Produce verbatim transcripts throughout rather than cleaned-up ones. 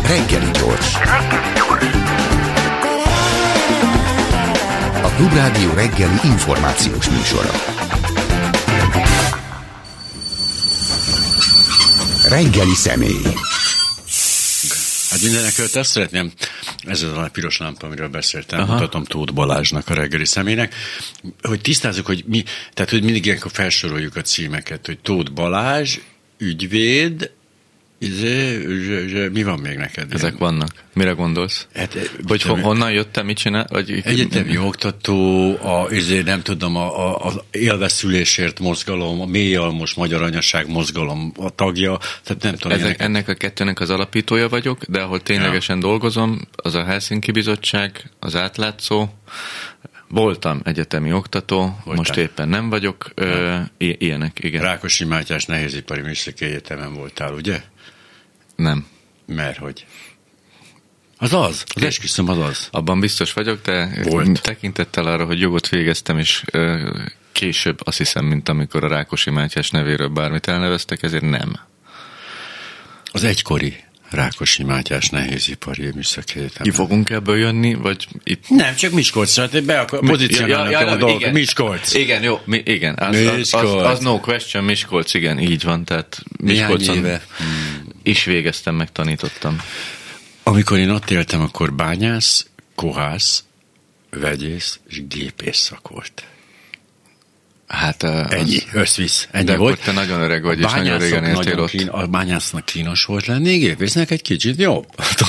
Reggeli gyors. A Klubrádió reggeli információs műsora. Reggeli személy. Hát mindenekről azt szeretném, ez az a piros lámpa, amiről beszéltem, Aha. mutatom Tóth Balázsnak, a reggeli személynek, hogy tisztázzuk, hogy mi, tehát hogy mindig ilyenkor felsoroljuk a címeket, hogy Tóth Balázs, ügyvéd, izé, zse, zse, mi van még neked? Ezek ilyen? vannak. Mire gondolsz? Hát, hogy ho- honnan jöttem, mit csinál? Vagy... Egyetemi oktató, a, izé, nem tudom, a, a, az élveszülésért mozgalom, a mélyalmos magyar anyaság mozgalom a tagja, tehát nem tudom. Ezek, ennek a kettőnek az alapítója vagyok, de ahol ténylegesen ja. dolgozom, az a Helsinki Bizottság, az átlátszó. Voltam egyetemi oktató, Voltál. most éppen nem vagyok. Ö, i- ilyenek, igen. Rákosi Mátyás Nehézipari Műszaki Egyetemen voltál, ugye? Nem. Mert hogy? Az az, az esküszöm az az. Abban biztos vagyok, de Volt. tekintettel arra, hogy jogot végeztem, és ö, később azt hiszem, mint amikor a Rákosi Mátyás nevéről bármit elneveztek, ezért nem. Az egykori Rákosi Mátyás Nehézipari Műszaki Egyetemen. Ki fogunk ebből jönni, vagy itt... Nem, csak Miskolcra, te be akar, pozícionálnak ja, ja, ja, a dolgok. Igen. Miskolc. Igen, jó, mi, igen. Az, az, az, az no question, Miskolc, igen, így van, tehát Miskolcon hmm. is végeztem, megtanítottam. Amikor én ott éltem, akkor bányász, kohász, vegyész és gépész szak volt. Hát... Az, ennyi, összvisz, ennyi de volt. Te nagyon öreg vagy, és nagyon régen éltél ott. Kín, a bányásznak kínos volt lenni, gépésznek egy kicsit jobb.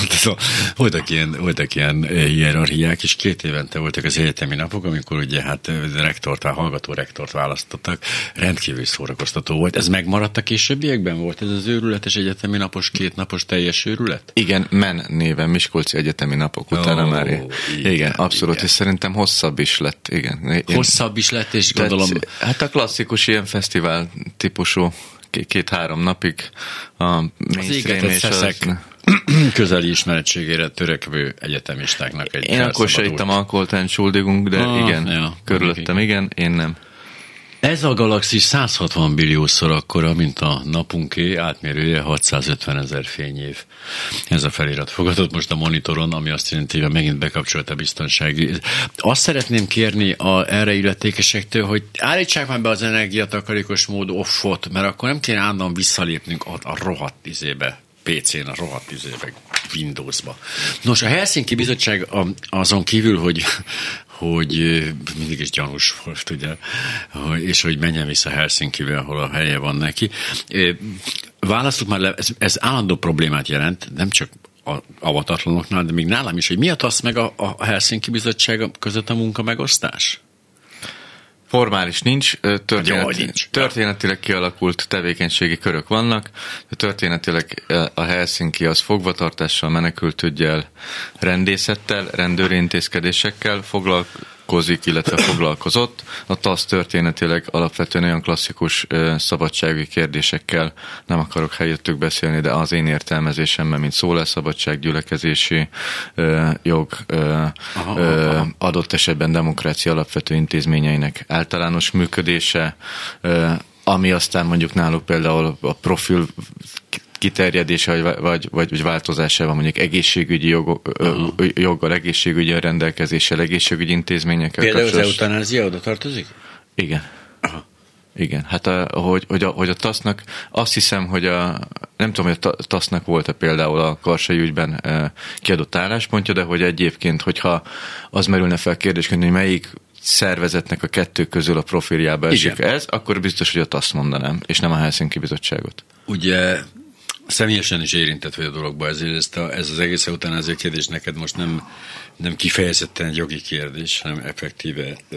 voltak ilyen, voltak ilyen hierarchiák, és két évente voltak az egyetemi napok, amikor ugye hát rektort, hallgató rektort választottak. Rendkívül szórakoztató volt. Ez megmaradt a későbbiekben? Volt ez az őrületes egyetemi napos, két napos teljes őrület? Igen, men néven, Miskolci Egyetemi Napok utána oh, már. Igen, igen, abszolút, igen. És szerintem hosszabb is lett. Igen. Én, hosszabb is lett, és gondolom... Hát a klasszikus ilyen fesztivál típusú két-három napig a mainstream és az... közeli ismerettségére törekvő egyetemistáknak egy én akkor se ittam alkoholt, entschuldigunk, de ah, igen, ja, körülöttem igen, én nem. Ez a galaxis száz hatvan billiószor akkora, mint a napunké, átmérője hatszázötven ezer fényév. Ez a felirat fogadott most a monitoron, ami azt jelenti, hogy megint bekapcsolt a biztonsági. Azt szeretném kérni a erre illetékesektől, hogy állítsák már be az energiatakarékos mód offot, mert akkor nem kéne állandóan visszalépnünk a, a rohadt izébe, pé cén, a rohadt izébe, Windowsba. Nos, a Helsinki Bizottság azon kívül, hogy hogy mindig is gyanús volt, ugye, és hogy menjen vissza Helsinkibe, ahol a helye van neki. Választuk már le, ez, ez állandó problémát jelent, nem csak a avatatlanoknál, de még nálam is, hogy mi a tasz meg a, a Helsinki Bizottság között a munka megosztás? Formális nincs, történet, Jó, nincs. történetileg kialakult tevékenységi körök vannak, történetileg a Helsinki az fogvatartással, menekültüggyel, rendészettel, rendőri intézkedésekkel foglalkozik, illetve foglalkozott. A TASZ történetileg alapvetően olyan klasszikus uh, szabadsági kérdésekkel nem akarok helyettük beszélni, de az én értelmezésemben, mint szólásszabadság, gyülekezési uh, jog, uh, aha, uh, aha. adott esetben demokrácia alapvető intézményeinek általános működése, uh, ami aztán mondjuk náluk például a profil kiterjedése vagy, vagy, vagy változásával, mondjuk egészségügyi jog, joggal, egészségügyi rendelkezéssel, egészségügyi intézményekkel. Például az eutanázia oda tartozik? Igen. Aha. Igen. Hát a, hogy, hogy, a, hogy a TASZ-nak, azt hiszem, hogy a, nem tudom, hogy a TASZ-nak volt-e például a Karsai ügyben e, kiadott álláspontja, de hogy egyébként, hogyha az merülne fel kérdésként, hogy melyik szervezetnek a kettő közül a profiljába esik ez, akkor biztos, hogy a TASZ mondanám, és nem a Helsinki Bizottságot. Ugye személyesen is érintett vagy a dologba, ezért ezt a, ez az egész eutanázia kérdés neked most nem, nem kifejezetten egy jogi kérdés, hanem effektíve, ö,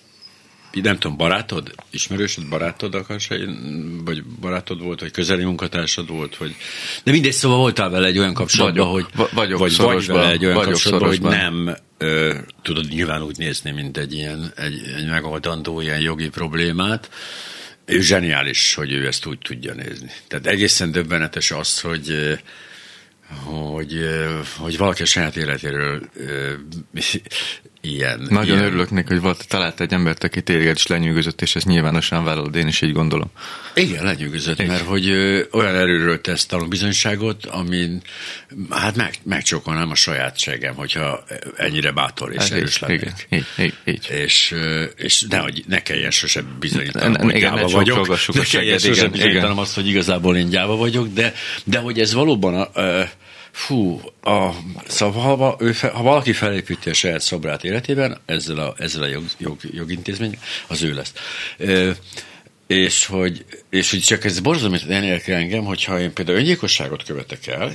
nem tudom, barátod? Ismerősöd, barátod akarsz, vagy barátod volt, vagy közeli munkatársad volt, vagy... De mindegy, szóval voltál vele egy olyan kapcsolatban, hogy... Vagyok vagy vagy vele egy olyan kapcsolatban, hogy nem ö, tudod nyilván úgy nézni, mint egy ilyen, egy, egy megoldandó ilyen jogi problémát. Ő zseniális, hogy ő ezt úgy tudja nézni. Tehát egészen döbbenetes az, hogy, hogy, hogy valaki a saját életéről ilyen... Nagyon ilyen... örülök neki, hogy volt, talált egy embert, aki téged is lenyűgözött, és ezt nyilvánosan vállalod, én is így gondolom. Igen, lenyűgözött, mert hogy ö, olyan erőről tesz tanúbizonyságot, amin hát meg, megcsókolnám a sajátságem, hogyha ennyire bátor és hát erős lennék. Igen, így, így, így. És, és nehogy ne kelljen sose bizonyítanom, ne, hogy igen, gyáva ne vagyok. Ne a kelljen seged, sose igen, bizonyítanom igen. azt, hogy igazából én gyáva vagyok, de, de hogy ez valóban a, a Fú, a, szóval ha, ő, ha valaki felépíti a saját szobrát életében, ezzel a, ezzel a jog, jog, jogintézmény, az ő lesz. E, és, hogy, és hogy csak ez borzalmat elérke engem, hogyha én például öngyilkosságot követek el,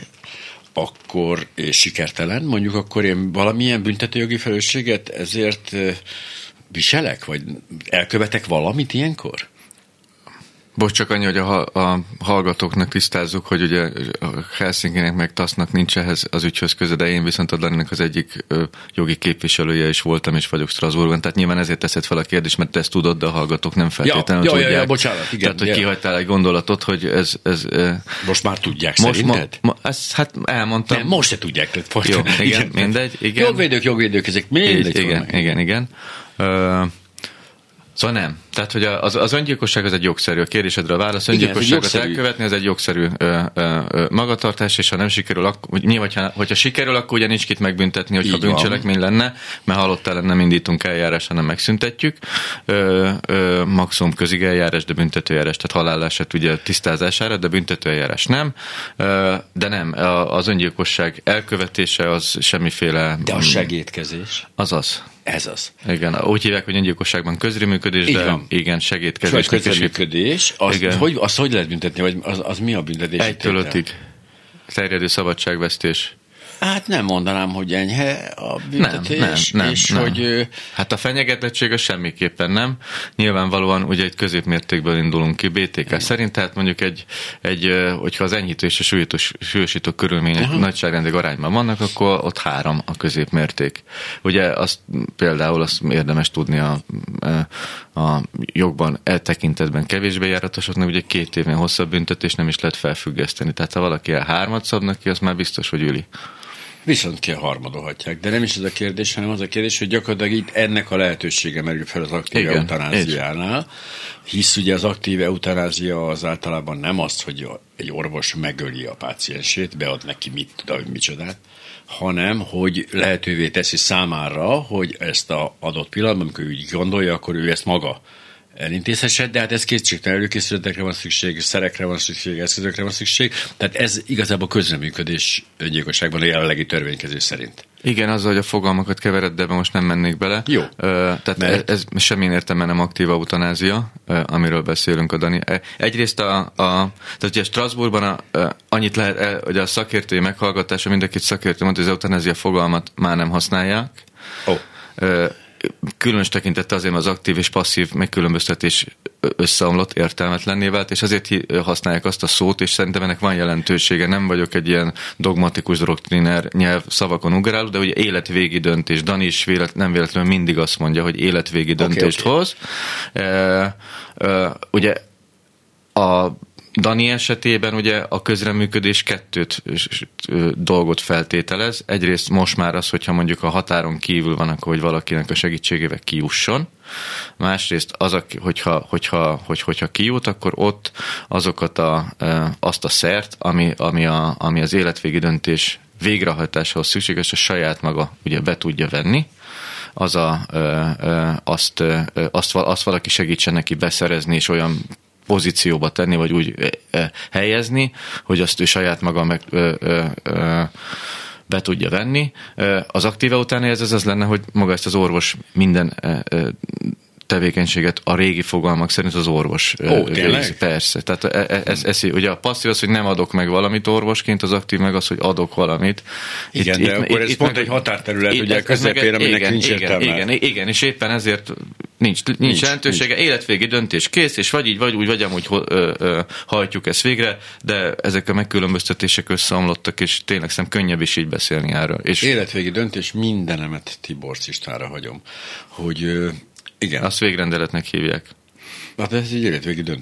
akkor, és sikertelen, mondjuk akkor én valamilyen büntetőjogi felelősséget ezért viselek, vagy elkövetek valamit ilyenkor? Bocs, csak annyi, hogy a, a hallgatóknak tisztázzuk, hogy ugye a Helsinkinek meg tasznak nincs ehhez az ügyhöz köze, de én viszont a Daninak az egyik ö, jogi képviselője is voltam, és vagyok Strasbourgban, tehát nyilván ezért teszed fel a kérdést, mert te ezt tudod, de a hallgatók nem feltétlenül ja, tudják. Ja, ja, bocsánat, igen. Tehát, hogy ja. kihagytál egy gondolatot, hogy ez... ez most már tudják most szerinted? Ma, ma, ezt, hát elmondtam. Nem, most se tudják. Tehát Jó, igen, igen, mindegy. Igen. Jogvédők, jogvédők, ezek mindegy. Igen, igen, igen, igen. Ö, Szóval nem. Tehát, hogy az, az öngyilkosság az egy jogszerű. A kérdésedre a válasz. Öngyilkosságot jogszerű. elkövetni, ez egy jogszerű ö, ö, ö, magatartás, és ha nem sikerül, akkor, mi, hogyha, hogyha sikerül, akkor ugye nincs kit megbüntetni, hogyha bűncselekmény lenne, mert halottál nem indítunk eljárás, hanem megszüntetjük. Ö, ö, maximum közig eljárás, de büntetőeljárás, tehát haláleset ugye tisztázására, de büntetőeljárás nem. Ö, de nem, az öngyilkosság elkövetése az semmiféle... De a segédkezés. Azaz. Ez az. Igen, úgy hívják, hogy öngyilkosságban közreműködés, de van. igen, segédkezés. Közreműködés, azt igen. hogy, azt hogy lehet büntetni, vagy az, az mi a büntetés? Egytől ötig. Terjedő szabadságvesztés. Hát nem mondanám, hogy enyhe a büntetés, nem, nem, nem, és nem. hogy... Hát a fenyegetettség az semmiképpen nem. Nyilvánvalóan ugye egy középmértékből indulunk ki bé té ká szerint, tehát mondjuk egy, egy hogyha az enyhítő és a súlyos, súlyosító körülmények uh-huh. nagyságrendileg arányban vannak, akkor ott három a középmérték. Ugye azt például azt érdemes tudni a, a jogban eltekintetben kevésbé járatosoknak, ugye két évnél hosszabb büntetés nem is lehet felfüggeszteni. Tehát ha valaki el hármat szabnak ki, az már biztos, hogy üli. Viszont ki a harmadolhatják. De nem is ez a kérdés, hanem az a kérdés, hogy gyakorlatilag itt ennek a lehetősége merül fel az aktív eutanáziánál, hisz ugye az aktív eutanázia az általában nem az, hogy egy orvos megöli a páciensét, bead neki mit tudom, micsodát, hanem hogy lehetővé teszi számára, hogy ezt az adott pillanatban, amikor úgy gondolja, akkor ő ezt maga elintézhesse, de hát ez kétségtelen előkészületekre van szükség, szerekre van szükség, eszközökre van szükség, tehát ez igazából közreműködés öngyilkosságban a jelenlegi törvénykezés szerint. Igen, azzal, hogy a fogalmakat kevered, de most nem mennék bele. Jó. Uh, tehát mert... ez, ez semmilyen értelme nem aktív eutanázia, uh, amiről beszélünk a Dani. Egyrészt a, a tehát ugye Strasbourgban a, uh, annyit lehet, hogy a szakértői meghallgatása, mindenkit szakértő mondta, hogy az eutanázia fogalmat már nem használják. Oh. Uh, különös tekintette azért az aktív és passzív megkülönböztetés összeomlott, értelmetlenné vált, és azért használják azt a szót, és szerintem ennek van jelentősége. Nem vagyok egy ilyen dogmatikus doktriner nyelv szavakon ugráló, de ugye életvégi döntés. Dani is vélet, nem véletlenül mindig azt mondja, hogy életvégi döntést okay, okay. hoz. E, e, ugye a Dani esetében ugye a közreműködés kettőt dolgot feltételez. Egyrészt most már az, hogyha mondjuk a határon kívül van, akkor hogy valakinek a segítségével kijusson. Másrészt az, hogyha, hogyha, hogy, hogyha kijut, akkor ott azokat a, azt a szert, ami, ami, a, ami az életvégi döntés végrehajtásához szükséges, a saját maga ugye be tudja venni. Az a, azt, azt, azt valaki segítsen neki beszerezni, és olyan pozícióba tenni, vagy úgy helyezni, hogy azt ő saját maga meg ö, ö, ö, be tudja venni. Az aktív eutánia ez az lenne, hogy maga ezt az orvos minden ö, tevékenységet a régi fogalmak szerint az orvos. Ó, tényleg? Persze. Tehát ez, ez, ugye a passzív az, hogy nem adok meg valamit orvosként, az aktív meg az, hogy adok valamit. Igen, itt, de itt, akkor itt, ez pont egy határterület, ugye közepén, aminek igen, nincs igen, értelme. Igen, igen, és éppen ezért nincs, nincs, nincs lehetősége, nincs. Életvégi döntés kész, és vagy így, vagy úgy, vagy amúgy ö, ö, hajtjuk ezt végre, de ezek a megkülönböztetések összeomlottak, és tényleg szem könnyebb is így beszélni erről. És életvégi döntés, mindenemet Tibor Cistára hagyom, hogy ö, igen. Azt végrendeletnek hívják. Hát ez egy életvégi döntés.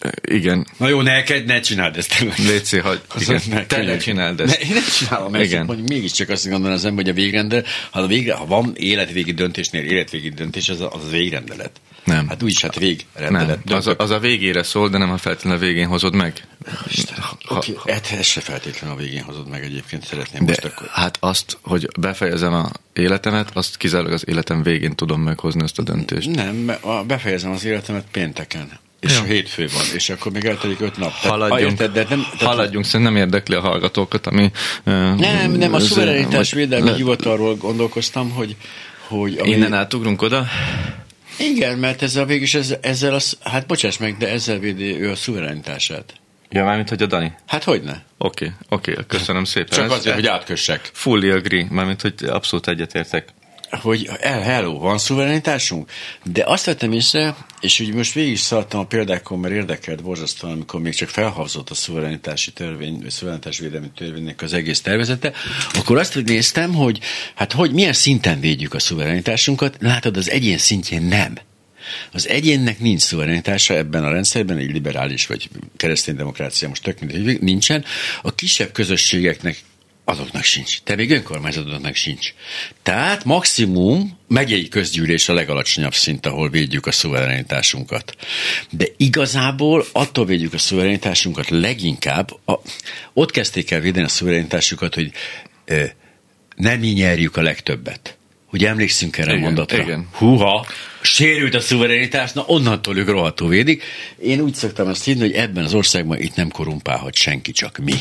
Igen. Na jó, ne, ne csináld ezt. Léci, hogy igen, ne, te ne csináld ezt. Ne, én nem csinálom ezt, igen. Mondjuk mégiscsak azt gondolom az ember, hogy a végrendelet, ha, a végre, ha van életvégi döntésnél életvégi döntés, az a, az a végrendelet. Nem. Hát úgyis, hát végrendelet. Nem. Az, a, az a végére szól, de nem a feltétlenül a végén hozod meg. Istenem, ha, okay. ha, hát ez se feltétlenül a végén hozod meg egyébként, szeretném de most akkor. Hát azt, hogy befejezem a életemet, azt kizárólag az életem végén tudom meghozni ezt a döntést. Nem, befejezem az életemet pénteken. És ja. hétfő van, és akkor még eltelik öt nap. Haladjunk, tehát, érted, de nem, tehát, haladjunk szerintem nem érdekli a hallgatókat, ami... Nem, nem, a szuverenitás védelmi le... hivatalról gondolkoztam, hogy... hogy ami... Innen átugrunk oda? Igen, mert ezzel végülis, ezzel, ezzel az, hát bocsáss meg, de ezzel védi ő a szuverenitását. Ja, mármint, hogy a Dani? Hát hogyne? Oké, okay, oké, okay, köszönöm szépen. Csak azért, ez, hogy átkössek. Fully agree, mármint, hogy abszolút egyetértek. Hogy el, hello, van szuverenitásunk? De azt vettem észre, és úgy most végig szaladtam a példákon, mert érdekelt borzasztóan, amikor még csak felhavzott a szuverenitási törvény, vagy szuverenitásvédelmi törvénynek az egész tervezete, akkor azt néztem, hogy hát hogy milyen szinten védjük a szuverenitásunkat, látod, az egyén szintjén nem. Az egyénnek nincs szuverenitása ebben a rendszerben, egy liberális vagy keresztény demokrácia, most tök mindegy, nincsen. A kisebb közösségeknek azoknak sincs. Te még önkormányzatoknak sincs. Tehát maximum megyei közgyűlés a legalacsonyabb szint, ahol védjük a szuverenitásunkat. De igazából attól védjük a szuverenitásunkat leginkább, a, ott kezdték el védeni a szuverenitásukat, hogy ö, nem mi nyerjük a legtöbbet. Ugye emlékszünk erre a mondatra? Igen. Húha, sérült a szuverenitás, na onnantól ők rohadtul védik. Én úgy szoktam azt hinni, hogy ebben az országban itt nem korumpálhat senki, csak mi.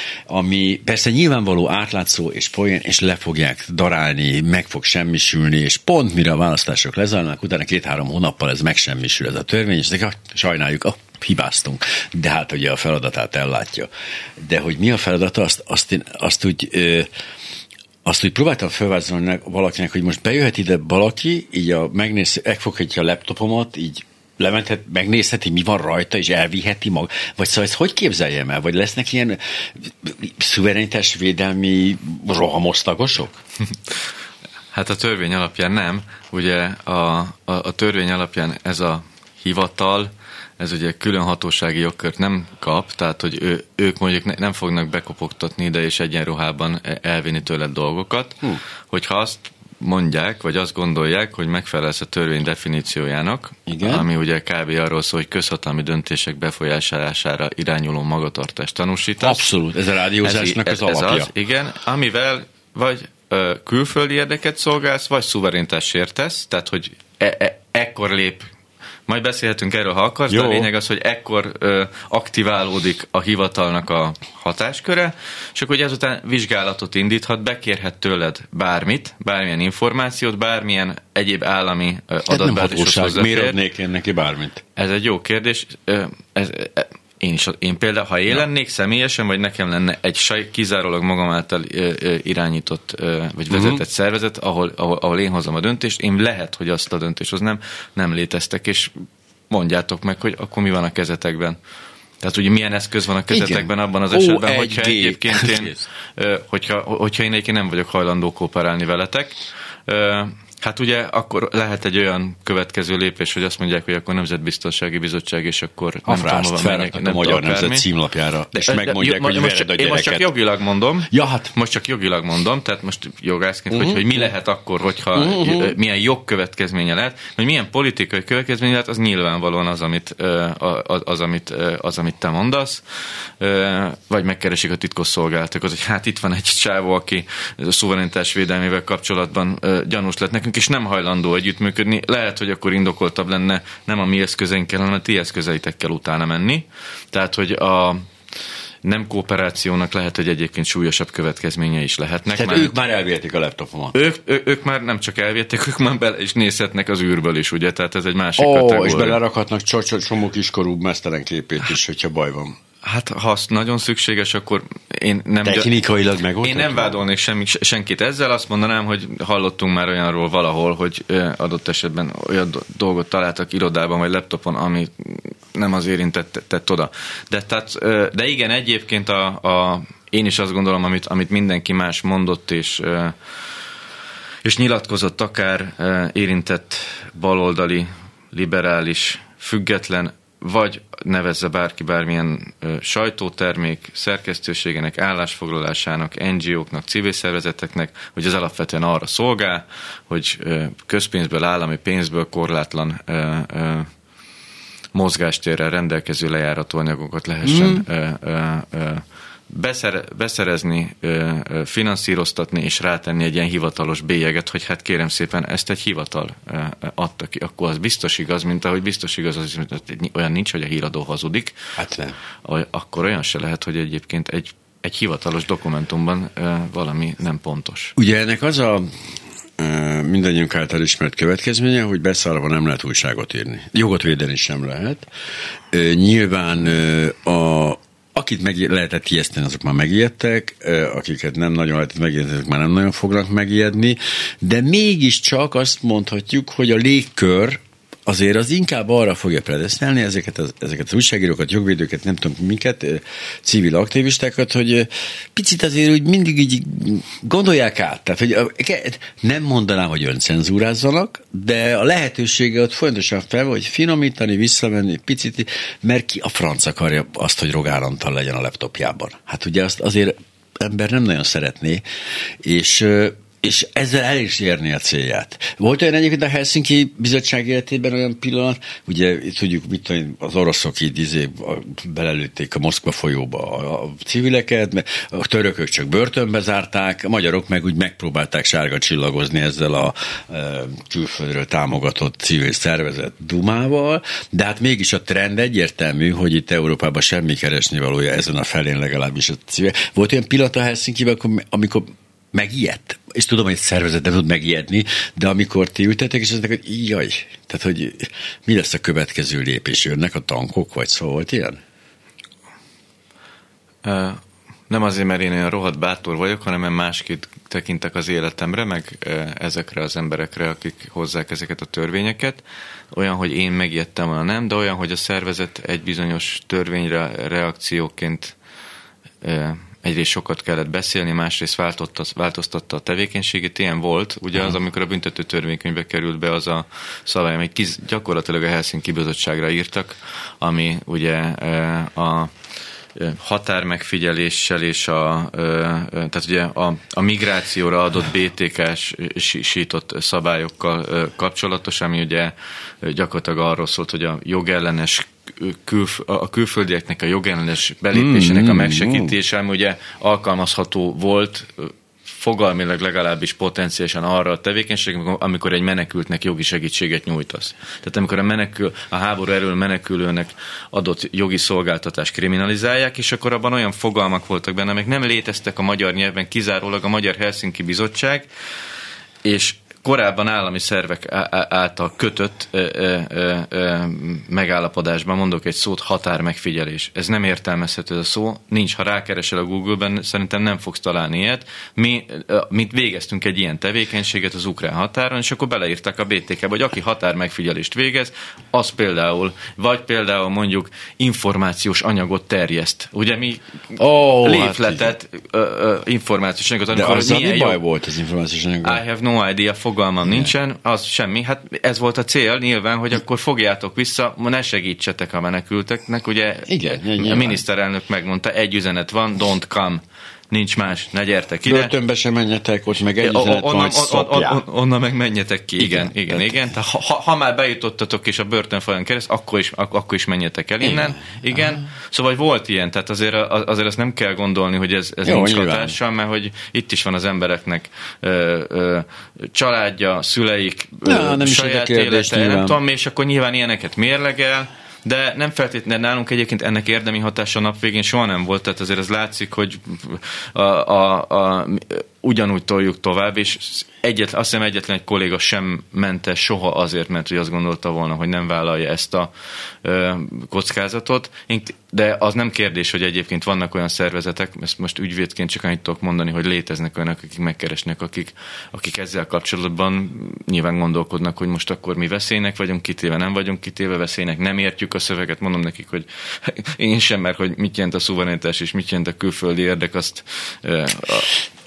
Ami persze nyilvánvaló, átlátszó és poén, és le fogják darálni, meg fog semmisülni, és pont mire a választások lezajlanak, utána két-három hónappal ez megsemmisül ez a törvény, és de, sajnáljuk, ah, hibáztunk. De hát ugye a feladatát ellátja. De hogy mi a feladata, azt, azt, én, azt úgy... Ö, Azt úgy próbáltam felvázolni valakinek, hogy most bejöhet ide valaki, így a, megnéz, megfoghatja a laptopomat, így lementhet, megnézheti, mi van rajta, és elviheti maga. Vagy szóval ezt hogy képzeljem el? Vagy lesznek ilyen szuverenitásvédelmi rohamosztagosok? Hát a törvény alapján nem. Ugye a, a, a törvény alapján ez a hivatal, ez ugye külön hatósági jogkört nem kap, tehát hogy ő, ők mondjuk nem fognak bekopogtatni ide és egyenruhában elvinni tőled dolgokat, Hú. hogyha azt mondják, vagy azt gondolják, hogy megfelelsz a törvény definíciójának, igen? Ami ugye kb. Arról szól, hogy közhatalmi döntések befolyásolására irányuló magatartást tanúsítás. Abszolút, ez a rádiózásnak ez, az ez alapja. Az, igen, amivel vagy ö, külföldi érdeket szolgálsz, vagy szuverenitást sértesz, tehát hogy e- e- ekkor lép. Majd beszélhetünk erről, ha akarsz, Jó. de a lényeg az, hogy ekkor ö, aktiválódik a hivatalnak a hatásköre, és akkor ezután vizsgálatot indíthat, bekérhet tőled bármit, bármilyen információt, bármilyen egyéb állami adatbázishoz hozzáfér. Miért adnék én neki bármit? Ez egy jó kérdés. Ez, ez, én is, én például, ha én lennék személyesen, vagy nekem lenne egy saj, kizárólag magam által ö, ö, irányított, ö, vagy vezetett uh-huh. szervezet, ahol, ahol, ahol én hozom a döntést, én lehet, hogy azt a döntést hoznám, nem léteztek, és mondjátok meg, hogy akkor mi van a kezetekben. Tehát ugye milyen eszköz van a kezetekben igen. abban az esetben, oh, hogyha egy egyébként én, ö, hogyha, hogyha én egyébként nem vagyok hajlandó kooperálni veletek, ö, hát ugye akkor lehet egy olyan következő lépés, hogy azt mondják, hogy akkor Nemzetbiztonsági Bizottság, és akkor a nem tudom, hova mennek, nem a Magyar Nemzet címlapjára, és de, megmondják, de, hogy vered a gyereket. Én most csak jogilag mondom, ja, hát. most csak jogilag mondom, tehát most jogászként, uh-huh. hogy, hogy mi lehet akkor, hogyha uh-huh. milyen jogkövetkezménye lehet, vagy milyen politikai következménye lehet, az nyilvánvalóan az, amit, az, az, amit, az, amit te mondasz, vagy megkeresik a titkosszolgálatokat, hogy hát itt van egy csávó, aki a szuverenitás védelmével kapcsolatban gyanús lett nekünk, és nem hajlandó együttműködni. Lehet, hogy akkor indokoltabb lenne nem a mi eszközeinkkel, hanem a ti eszközeitekkel utána menni. Tehát, hogy a nem kooperációnak lehet, hogy egyébként súlyosabb következményei is lehetnek. Tehát már ők már elvihetik a laptopomat. Ők, ő, ők már nem csak elvihetik, ők már bele is nézhetnek az űrből is, ugye? Tehát ez egy másik oh, kategória. És belerakhatnak csomó kiskorú mesztelen képét is, hogyha baj van. Hát, ha azt nagyon szükséges, akkor én nem... Technikailag megoldható? Én nem vádolnék semmi, senkit ezzel, azt mondanám, hogy hallottunk már olyanról valahol, hogy adott esetben olyan dolgot találtak irodában vagy laptopon, ami nem az érintett tett oda. De, tehát, de igen, egyébként a, a, én is azt gondolom, amit, amit mindenki más mondott, és, és nyilatkozott, akár érintett baloldali, liberális, független, vagy nevezze bárki bármilyen sajtótermék szerkesztőségének, állásfoglalásának, en gé óknak, civil szervezeteknek, hogy az alapvetően arra szolgál, hogy közpénzből, állami pénzből korlátlan mozgástérrel rendelkező lejárató anyagokat lehessen mm. Beszer, beszerezni, finanszíroztatni és rátenni egy ilyen hivatalos bélyeget, hogy hát kérem szépen, ezt egy hivatal adta ki, akkor az biztos igaz, mint ahogy biztos igaz, az, hogy olyan nincs, hogy a híradó hazudik. Hát nem. Akkor olyan se lehet, hogy egyébként egy, egy hivatalos dokumentumban valami nem pontos. Ugye ennek az a mindannyiunk által ismert következménye, hogy beszarva nem lehet újságot írni. Jogot védeni sem lehet. Nyilván a akit meg lehetett ijeszteni, azok már megijedtek, akiket nem nagyon lehetett megijedni, azok már nem nagyon fognak megijedni, de mégiscsak azt mondhatjuk, hogy a légkör azért az inkább arra fogja predesztálni ezeket az, ezeket az újságírókat, jogvédőket, nem tudom minket, civil aktivistákat, hogy picit azért úgy mindig így gondolják át. Tehát, hogy nem mondanám, hogy öncenzúrázzanak, de a lehetősége ott folyamatosan fel, hogy finomítani, visszamenni picit, mert ki a franc akarja azt, hogy Rogán Antal legyen a laptopjában. Hát ugye azt azért ember nem nagyon szeretné, és és ezzel el is érni a célját. Volt olyan egyébként a Helsinki Bizottság életében olyan pillanat, ugye tudjuk, mit tudom, az oroszok így izé, belelőtték a Moszkva folyóba a civileket, a törökök csak börtönbe zárták, a magyarok meg úgy megpróbálták sárga csillagozni ezzel a e, külföldről támogatott civil szervezet Dumával, de hát mégis a trend egyértelmű, hogy itt Európában semmi keresnivalója ezen a felén legalábbis a civil. Volt olyan pillanat a Helsinkiben, amikor, amikor megijedt. És tudom, hogy egy szervezet nem tud megijedni, de amikor ti ültetek, és aznak, hogy jaj, tehát, hogy mi lesz a következő lépés? Jönnek a tankok, vagy szó volt ilyen? Uh, nem azért, mert én olyan rohadt bátor vagyok, hanem én másképp tekintek az életemre, meg uh, ezekre az emberekre, akik hozzák ezeket a törvényeket. Olyan, hogy én megijedtem, olyan nem, de olyan, hogy a szervezet egy bizonyos törvényre reakcióként uh, egyrészt sokat kellett beszélni, másrészt változtatta a tevékenységét. Ilyen volt, ugye az, amikor a büntető törvénykönyvbe került be az a szabály, amit kiz, gyakorlatilag a Helsinki Bizottságra írtak, ami ugye a határmegfigyeléssel és a, tehát ugye a, a migrációra adott bé té ká-sított szabályokkal kapcsolatos, ami ugye gyakorlatilag arról szólt, hogy a jogellenes Külf, a külföldieknek a jogellenes belépésének mm, a megsegítése, ami ugye alkalmazható volt fogalmilag legalábbis potenciálisan arra a tevékenység, amikor egy menekültnek jogi segítséget nyújtasz. Tehát amikor a, menekül, a háború erről menekülőnek adott jogi szolgáltatást kriminalizálják, és akkor abban olyan fogalmak voltak benne, amik nem léteztek a magyar nyelven, kizárólag a Magyar Helsinki Bizottság, és korábban állami szervek által kötött ö, ö, ö, megállapodásban, mondok egy szót, határmegfigyelés. Ez nem értelmezhető ez a szó, nincs, ha rákeresel a Google-ben, szerintem nem fogsz találni ilyet. Mi, mi végeztünk egy ilyen tevékenységet az ukrán határon, és akkor beleírták a bé té ká-ba, hogy aki határmegfigyelést végez, az például, vagy például mondjuk információs anyagot terjeszt. Ugye mi oh, léfletet, hát ö, ö, információs anyagot. De azzal mi baj volt az információs anyagot? I have no idea, fogalmam nincsen, az semmi. Hát ez volt a cél nyilván, hogy akkor fogjátok vissza, ne segítsetek a menekülteknek. Ugye igen, a miniszterelnök megmondta, egy üzenet van, don't come. Nincs más, ne gyertek ide. Börtönbe sem menjetek, ott meg egy üzenet on, majd on, on, on, Onnan meg menjetek ki. Igen, igen, igen. igen. Tehát ha, ha már bejutottatok és a börtönfalon kereszt, akkor is, akkor is menjetek el innen. Igen. igen. Szóval volt ilyen, tehát azért, azért azt nem kell gondolni, hogy ez, ez Jó, nincs hatással, mert hogy itt is van az embereknek ö, ö, családja, szüleik, ja, ö, saját élete, nem tudom, és akkor nyilván ilyeneket mérlegel. De nem feltétlenül nálunk egyébként ennek érdemi hatása a nap végén soha nem volt, tehát azért az látszik, hogy a, a, a, ugyanúgy toljuk tovább, és egyetlen, azt hiszem egyetlen egy kolléga sem mente soha azért, mert hogy azt gondolta volna, hogy nem vállalja ezt a ö, kockázatot. De az nem kérdés, hogy egyébként vannak olyan szervezetek, ezt most ügyvédként csak annyit tudok mondani, hogy léteznek olyanok, akik megkeresnek, akik, akik ezzel kapcsolatban nyilván gondolkodnak, hogy most akkor mi veszélynek vagyunk kitéve, nem vagyunk kitéve veszélynek, nem értjük a szöveget, mondom nekik, hogy én sem, mert hogy mit jelent a szuverenitás és mit jelent a külföldi érdek, azt ö, a,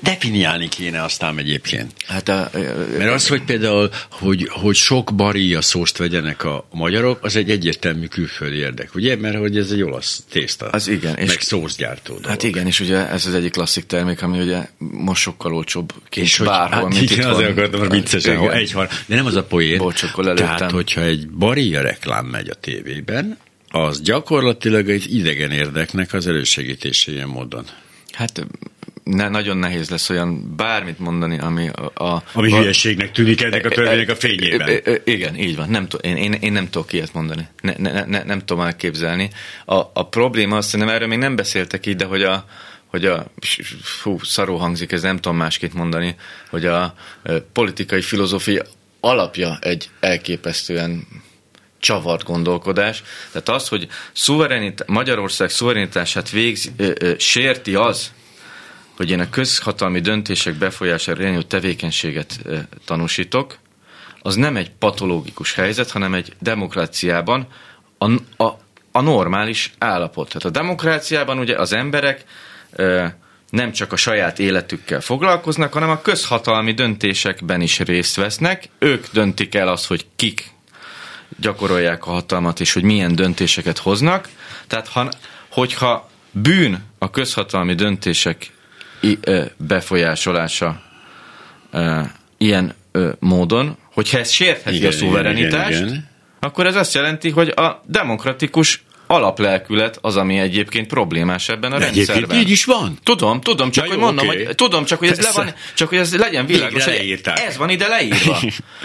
definiálni kéne aztán egyébként. Hát a, Mert az, hogy például, hogy, hogy sok baria szószt vegyenek a magyarok, az egy egyértelmű külföldi érdek, ugye? Mert hogy ez egy olasz tészta. Az igen. Meg szószgyártó dolog. Hát igen, és ugye ez az egyik klasszik termék, ami ugye most sokkal olcsóbb és bárhol, hogy, mint hát, igen, azért akartam, hogy viccesen, hogy egy har, de nem az a poén. Bocsokol Tehát, hogyha egy baria reklám megy a tévében, az gyakorlatilag egy idegen érdeknek az elősegítése ilyen módon. Hát ne, nagyon nehéz lesz olyan bármit mondani, ami a... a ami a, hülyeségnek tűnik ennek a törvénynek a fényében. Igen, így van. Nem, én, én, én nem tudok ilyet mondani. Ne, ne, ne, nem tudom elképzelni. A, a probléma, azt szerintem erről még nem beszéltek így, de hogy a hogy a, fú, szarul hangzik, ez nem tudom másképp mondani, hogy a, a politikai filozófia alapja egy elképesztően csavart gondolkodás. Tehát az, hogy szuverenit, Magyarország szuverenitását végzi, ö, ö, sérti az, hogy én a közhatalmi döntések befolyására irányuló tevékenységet ö, tanúsítok, az nem egy patológikus helyzet, hanem egy demokráciában a, a, a normális állapot. Tehát a demokráciában ugye az emberek ö, nem csak a saját életükkel foglalkoznak, hanem a közhatalmi döntésekben is részt vesznek. Ők döntik el azt, hogy kik gyakorolják a hatalmat, és hogy milyen döntéseket hoznak. Tehát, ha, hogyha bűn a közhatalmi döntések befolyásolása ilyen módon, hogyha ez sértheti igen, a szuverenitást, igen, igen. akkor ez azt jelenti, hogy a demokratikus alaplelkület az, ami egyébként problémás ebben a de rendszerben. Így is van. Tudom, tudom, csak ja, hogy mondom, okay. hogy, tudom, csak hogy ez, le van, csak hogy ez legyen világos, hogy ez van ide leírva.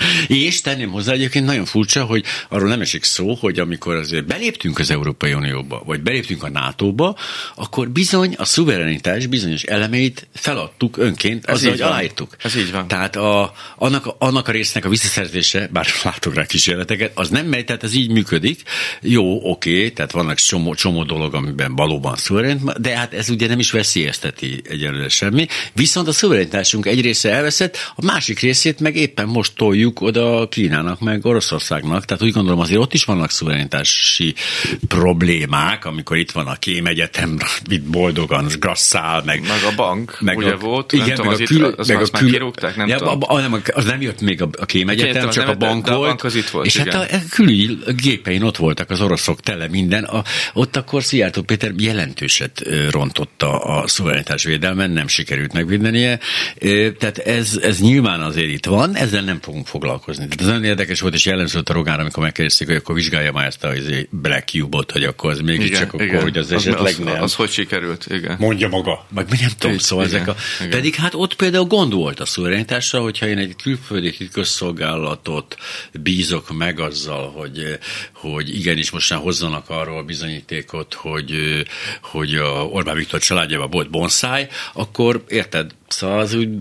És tenném hozzá egyébként nagyon furcsa, hogy arról nem esik szó, hogy amikor azért beléptünk az Európai Unióba, vagy beléptünk a nátóba, akkor bizony a szuverenitás bizonyos elemeit feladtuk önként, azzal, hogy aláírtuk. Ez így van. Tehát a, annak, annak a résznek a visszaszerzése, bár látok rá kísérleteket, az nem megy, tehát ez így működik. Jó, oké, okay, tehát vannak csomó, csomó dolog, amiben valóban szuverén, de hát ez ugye nem is veszélyezteti egyelőre semmi. Viszont a szuverenitásunk egy része elveszett, a másik részét meg éppen most toljuk oda Kínának, meg Oroszországnak. Tehát úgy gondolom azért ott is vannak szuverenitási problémák, amikor itt van a Kémegyetem, itt boldogan grasszál, meg... Meg a bank, meg ugye a, volt, igen, nem tudom, az, kül, itt, az meg már kirúgták, nem ja, tudom. A, a, nem, az nem jött még a, a Kémegyetem, csak a bank de volt. A bank az itt volt, és igen. hát a, a külügyi gépein ott voltak az oroszok tele minden. A, ott akkor Szijjártó Péter jelentőset rontotta a szuverenitás védelmen, nem sikerült megvédenie. Tehát ez, ez nyilván azért itt van, ezzel nem fogunk foglalkozni. Tehát ez nagyon érdekes volt, és jellemző a Rogán, amikor megkérdezték, hogy akkor vizsgálja már ezt a Black Cube-ot, hogy akkor az mégiscsak akkor, igen. hogy az, az esetleg az, nem. Az hogy sikerült, igen. Mondja maga. Meg mi nem tudom, szóval igen, ezek a... Igen. Pedig hát ott például gond volt a szuverenitásra, hogyha én egy külföldi titkosszolgálatot bízok meg azzal, hogy, hogy igenis most már hozzanak arról bizonyítékot, hogy, hogy a Orbán Viktor családjában volt bonszáj, akkor érted, szóval az úgy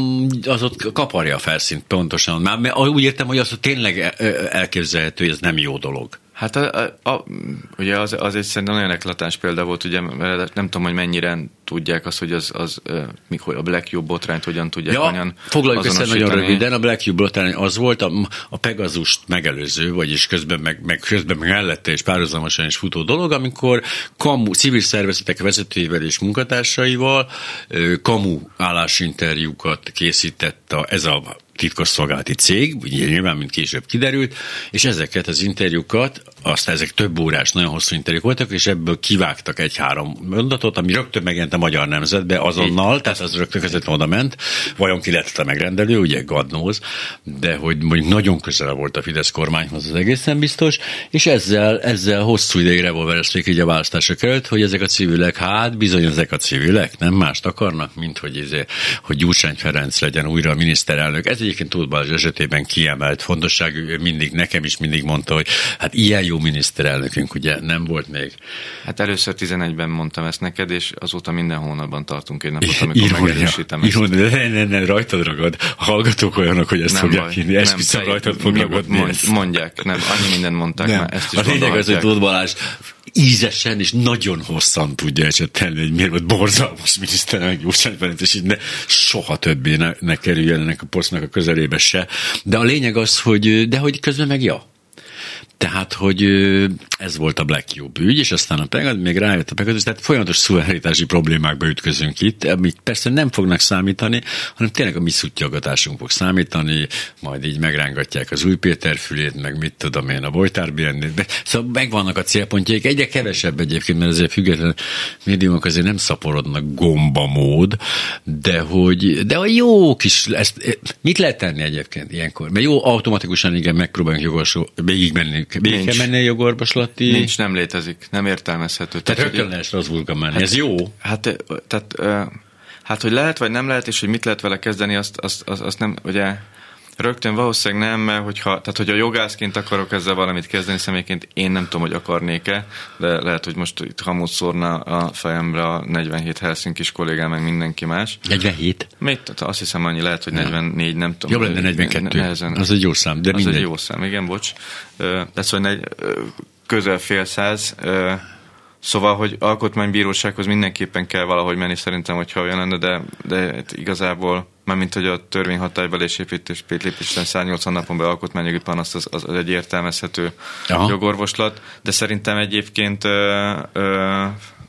az ott kaparja a felszínt pontosan. Már úgy értem, hogy az tényleg elképzelhető, hogy ez nem jó dolog. Hát a, a, a, ugye az, az egy szerintem nagyon eklatáns példa volt, ugye, mert nem tudom, hogy mennyire tudják azt, hogy az, az mikor a Black Cube botrányt hogyan tudják ja, olyan foglaljuk össze nagyon röviden, a Black Cube botrány az volt a, a Pegazust megelőző, vagyis közben meg, meg közben meg mellette és párhuzamosan is futó dolog, amikor kamu, civil szervezetek vezetőivel és munkatársaival kamu állásinterjúkat készített a, ez a titkosszolgálati cég, ugye nyilván, mint később kiderült, és ezeket az interjúkat, aztán ezek több órás, nagyon hosszú interjúk voltak, és ebből kivágtak egy-három mondatot, ami rögtön megjelent a Magyar Nemzetbe azonnal, így, tehát az rögtön közvetlenül oda ment, vajon ki lett a megrendelő, ugye God knows, de hogy mondjuk nagyon közel volt a Fidesz kormányhoz, az egészen biztos, és ezzel, ezzel hosszú ideig revolverezték így a választásra került, hogy ezek a civilek, hát bizony ezek a civilek nem mást akarnak, mint hogy, ez, hogy Gyurcsány Ferenc legyen újra a miniszterelnök. Ez egyébként Tóth Balázs esetében kiemelt fontosságú, ő mindig, nekem is mindig mondta, hogy hát ilyen jó miniszterelnökünk ugye nem volt még. Hát először tizenegyben mondtam ezt neked, és azóta minden hónapban tartunk egy napot, amikor megerősítem ezt. Iron, de ne, ne, rajtad ragad. A hallgatók olyanok, hogy ezt nem fogják hinni. Esküszöm, rajtad fog ragadni. Mond, mondják, nem, annyi mindent mondták, nem. Már ezt is a lényeg az, hogy Tóth Balázs ízesen és nagyon hosszan tudja esetelni, hogy miért volt borzalmas miniszterelnök Gyurcsány Ferenc, és így ne, soha többé ne, ne kerüljen ennek a posztnak a közelébe se. De a lényeg az, hogy, de hogy közben meg ja. Tehát, hogy ez volt a Black Cube ügy, és aztán a Pegasus, még rájött a Pegasus, tehát folyamatos szuverenitási problémákba ütközünk itt, amik persze nem fognak számítani, hanem tényleg a mi szuttyagatásunk fog számítani, majd így megrángatják az Új Péter fülét, meg mit tudom én, a Bojtár Bérnét. Szóval megvannak a célpontjaik, egyre kevesebb egyébként, mert azért független médiumok azért nem szaporodnak gombamód, de hogy, de a jó kis, ezt, mit lehet tenni egyébként ilyenkor? Mert jó, automatikusan igen, megpróbálunk jogosó, végig menni, végig kell menni a jogorvoslati. Nincs, nem létezik, nem értelmezhető. Tehát rögtön lehet Strasbourgba menni, hát, ez jó? Hát, tehát, hát, hogy lehet, vagy nem lehet, és hogy mit lehet vele kezdeni, azt, azt, azt, azt nem, ugye, rögtön valószínűleg nem, mert hogyha, tehát, hogy a jogászként akarok ezzel valamit kezdeni, személyként én nem tudom, hogy akarnék-e, de lehet, hogy most itt hamut szórna a fejemre a negyvenhét Helsinkis kollégám, meg mindenki más. negyvenhét? Még, azt hiszem annyi, lehet, hogy negyvennégy, nem tudom. Jobb lenne negyvenkettő, nehezen, az egy jó szám, de az mindegy. egy jó szám, igen, bocs. De szóval egy, közel fél száz. Szóval, hogy alkotmánybírósághoz mindenképpen kell valahogy menni, szerintem, hogyha olyan lenne, de, de igazából, mármint, hogy a törvény hatályba lépés lépésen száznyolcvan napon be alkotmányjogi panaszt, az, az egy értelmezhető Aha. jogorvoslat, de szerintem egyébként ö, ö,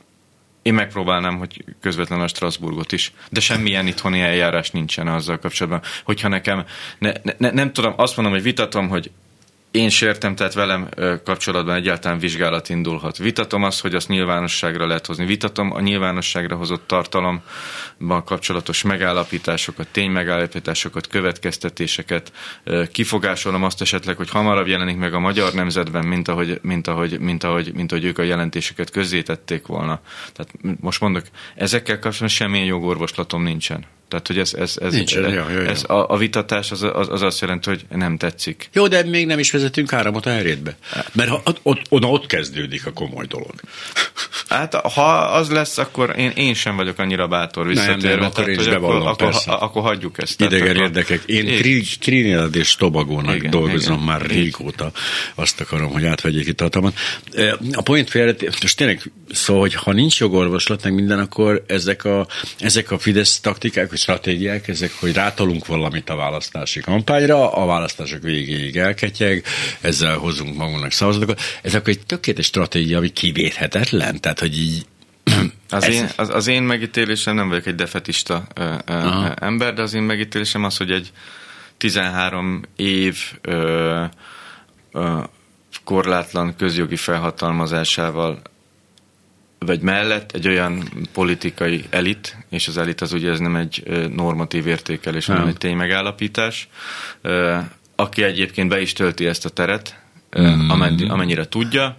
én megpróbálnám, hogy közvetlenül a Strasbourgot is, de semmilyen itthoni eljárás nincsen azzal kapcsolatban, hogyha nekem, ne, ne, nem tudom, azt mondom, hogy vitatom, hogy én sértem, tehát velem kapcsolatban egyáltalán vizsgálat indulhat. Vitatom azt, hogy azt nyilvánosságra lehet hozni. Vitatom a nyilvánosságra hozott tartalomban kapcsolatos megállapításokat, ténymegállapításokat, következtetéseket. Kifogásolom azt esetleg, hogy hamarabb jelenik meg a Magyar Nemzetben, mint ahogy, mint ahogy, mint ahogy, mint ahogy ők a jelentéseket közzétették volna. Tehát most mondok, ezekkel kapcsolatban semmilyen jogorvoslatom nincsen. Tehát, hogy ez, ez, ez, Nincs, ez, ja, ja, ja. ez a, a vitatás az, az, az azt jelenti, hogy nem tetszik. Jó, de még nem is vezetünk áramot a herétbe. Mert ha, ott, oda ott kezdődik a komoly dolog. Hát, ha az lesz, akkor én, én sem vagyok annyira bátor visszatérve. Nem, nem, akkor én is bevallom, akkor, akkor, akkor hagyjuk ezt. Idegen akkor... érdekek. Én én... Trinidad és Tobagónak igen, dolgozom igen, már igen. régóta. Azt akarom, hogy átvegyék itt a hatalmat. A point félret, most tényleg szó, hogy ha nincs jogorvoslat, meg minden, akkor ezek a, ezek a Fidesz taktikák, vagy stratégiák, ezek, hogy rátolunk valamit a választási kampányra, a választások végéig elketyeg, ezzel hozunk magunknak szavazatokat. Ez akkor egy tökéletes stratégia, ami kivéthetetlen. Tehát, hogy így Az én, az, az én megítélésem, nem vagyok egy defetista ö, ö, ember, de az én megítélésem az, hogy egy tizenhárom év ö, ö, korlátlan közjogi felhatalmazásával vagy mellett egy olyan politikai elit, és az elit az ugye ez nem egy normatív értékelés, hanem egy ténymegállapítás, aki egyébként be is tölti ezt a teret, mm. amennyire tudja.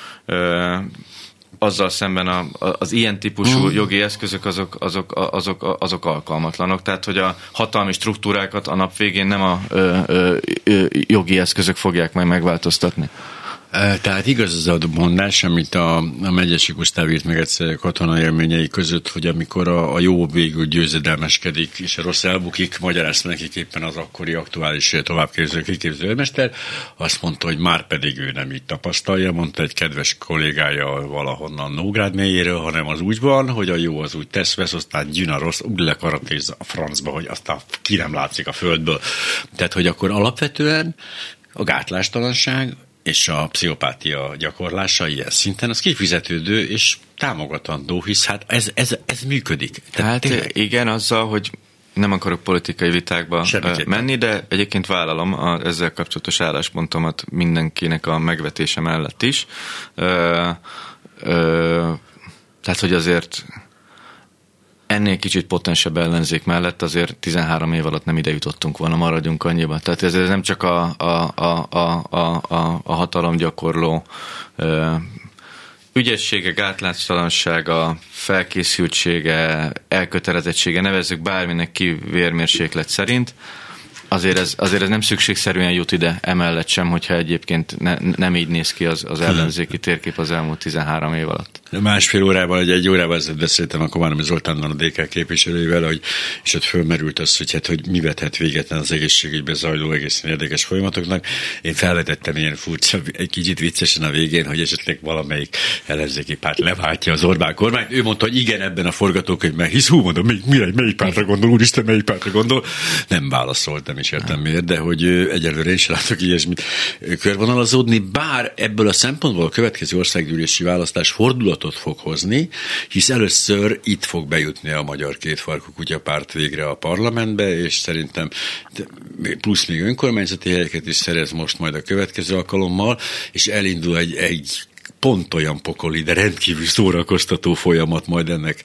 Azzal szemben a, az ilyen típusú jogi eszközök azok, azok, azok, azok alkalmatlanok. Tehát, hogy a hatalmi struktúrákat a nap végén nem a ö, ö, ö, jogi eszközök fogják majd megváltoztatni. Tehát igaz az a mondás, amit a, a Megyesi Gusztáv írt meg egyszer katonai élményei között, hogy amikor a, a jó végül győzedelmeskedik, és a rossz elbukik, magyarázta nekik éppen az akkori aktuális továbbképző kiképző élmester, azt mondta, hogy már pedig ő nem így tapasztalja, mondta egy kedves kollégája valahonnan Nógrád mélyéről, hanem az úgy van, hogy a jó az úgy tesz, vesz, aztán gyűn a rossz, úgy lekaratézza a francba, hogy aztán ki nem látszik a földből. Tehát, hogy akkor alapvetően a gátlástalanság és a pszichopátia gyakorlása ilyen szinten, az kifizetődő és támogatandó, hisz hát ez, ez, ez működik. Tehát hát igen, azzal, hogy nem akarok politikai vitákba Semmiképpen. menni, de egyébként vállalom a, ezzel kapcsolatos álláspontomat mindenkinek a megvetése mellett is. Ö, ö, tehát, hogy azért ennél kicsit potensebb ellenzék mellett azért tizenhárom év alatt nem ide jutottunk volna, maradjunk annyiba. Tehát ez nem csak a, a, a, a, a, a hatalomgyakorló ö, ügyessége, gátlástalansága, felkészültsége, elkötelezettsége, nevezzük bárminek ki vérmérséklet szerint, azért ez, azért ez nem szükségszerűen jut ide emellett sem, hogyha egyébként ne, nem így néz ki az, az ellenzéki térkép az elmúlt tizenhárom év alatt. Másfél órával, vagy egy órával ezelőtt beszéltem akkor már Zoltánnal, a dé ká képviselőivel, hogy, és ott fölmerült az, hogy, hát, hogy mi vethet véget az egészségügyben zajló egészen érdekes folyamatoknak. Én felvetettem ilyen furcsa, egy kicsit viccesen a végén, hogy esetleg valamelyik ellenzéki párt leváltja az Orbán kormányt. Ő mondta, hogy igen, ebben a forgatókönyvben, hisz hú, mondom, melyik, melyik pártra gondol, úristen, melyik pártra gondol. Nem válaszoltam nem is értem miért, de hogy egyelőre is látok ilyesmit körvonalazódni, bár ebből a szempontból a következő országgyűlési választás fordulatot fog hozni, hisz először itt fog bejutni a Magyar Kétfarkú Kutyapárt végre a parlamentbe, és szerintem plusz még önkormányzati helyeket is szerez most majd a következő alkalommal, és elindul egy, egy pont olyan pokoli, de rendkívül szórakoztató folyamat majd ennek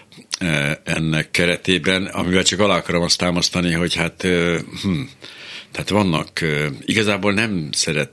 ennek keretében, amivel csak alá akarom azt támasztani, hogy hát hm, tehát vannak, igazából nem szeret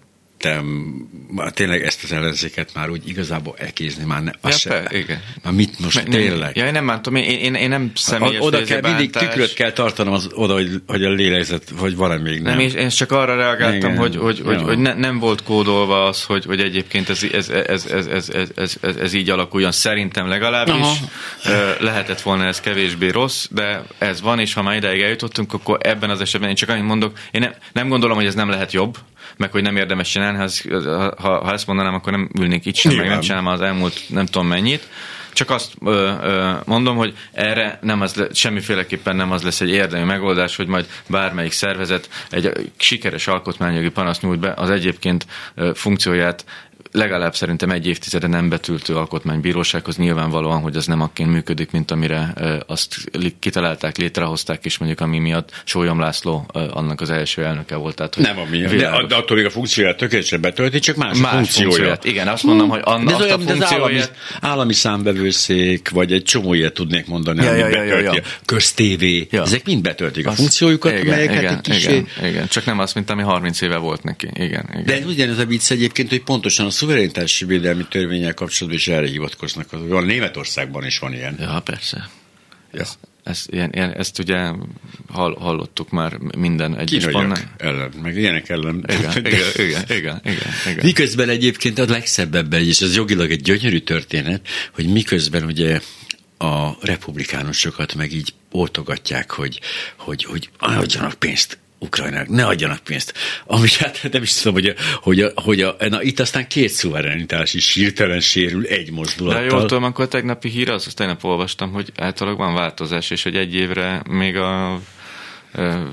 tényleg ezt az ellenzéket már úgy igazából elkézni, már ne, ja, se, igen. Már mit most nem, tényleg? Ja, én nem bántom, én, én, én nem személyes oda kell, mindig tükröt kell tartanom az, oda, hogy, hogy a lélegzet, hogy van-e még nem. Nem, én csak arra reagáltam, igen, hogy, hogy, hogy, hogy ne, nem volt kódolva az, hogy, hogy egyébként ez, ez, ez, ez, ez, ez, ez, ez, ez így alakuljon, szerintem legalábbis. Aha. Lehetett volna ez kevésbé rossz, de ez van, és ha már ideig eljutottunk, akkor ebben az esetben én csak annyit mondok, én nem, nem gondolom, hogy ez nem lehet jobb, meg hogy nem érdemes csinálni, ha, ha, ha ezt mondanám, akkor nem ülnék itt sem, meg nem csinálom az elmúlt nem tudom mennyit. Csak azt ö, ö, mondom, hogy erre nem az le, semmiféleképpen nem az lesz egy érdemi megoldás, hogy majd bármelyik szervezet egy sikeres alkotmányjogi panaszt nyújt be, az egyébként ö, funkcióját legalább szerintem egy évtizede nem betültő alkotmánybírósághoz, nyilvánvalóan, hogy az nem akként működik, mint amire e, azt kitalálták, létrehozták, és mondjuk ami miatt Sólyom László e, annak az első elnöke volt. Tehát, hogy nem ami, de attól még a funkcióját tökéletesen betölti, csak más, más funkciója. funkcióját. Igen, azt mondom, hogy an, de azt olyan, a funkcióját... Állami, állami számbevőszék, vagy egy csomó ilyet tudnék mondani, ja, amit ja, ja, betölti. Ja, ja. Köztévé. Ja. Ezek mind betöltik az, a funkciójukat, igen, melyeket igen, egy kicsi... igen, igen, csak nem az, mint ami harminc éve volt neki. Igen, igen. De ugyanez a vicc egyébként, hogy pontosan a szuverenitási védelmi törvénnyel kapcsolatban is erre hivatkoznak. Van Németországban is van ilyen. Ja, persze. Ja. Ez, ez, ilyen, ilyen, ezt ugye hall, hallottuk már minden egyes pontnál. Ellen, meg ilyenek ellen. Igen, igen, igen, igen, igen, igen. Miközben egyébként a legszebb ebben, és ez jogilag egy gyönyörű történet, hogy miközben ugye a republikánusokat meg így oltogatják, hogy, hogy, hogy adjanak pénzt Ukrajnának, ne adjanak pénzt. Ami hát nem is tudom, hogy, a, hogy, a, hogy a, na, itt aztán két szuverenitás is hirtelen sérül egy mozdulattal. De jól tudom, akkor a tegnapi hír az, azt tegnap olvastam, hogy általában van változás, és hogy egy évre még a e,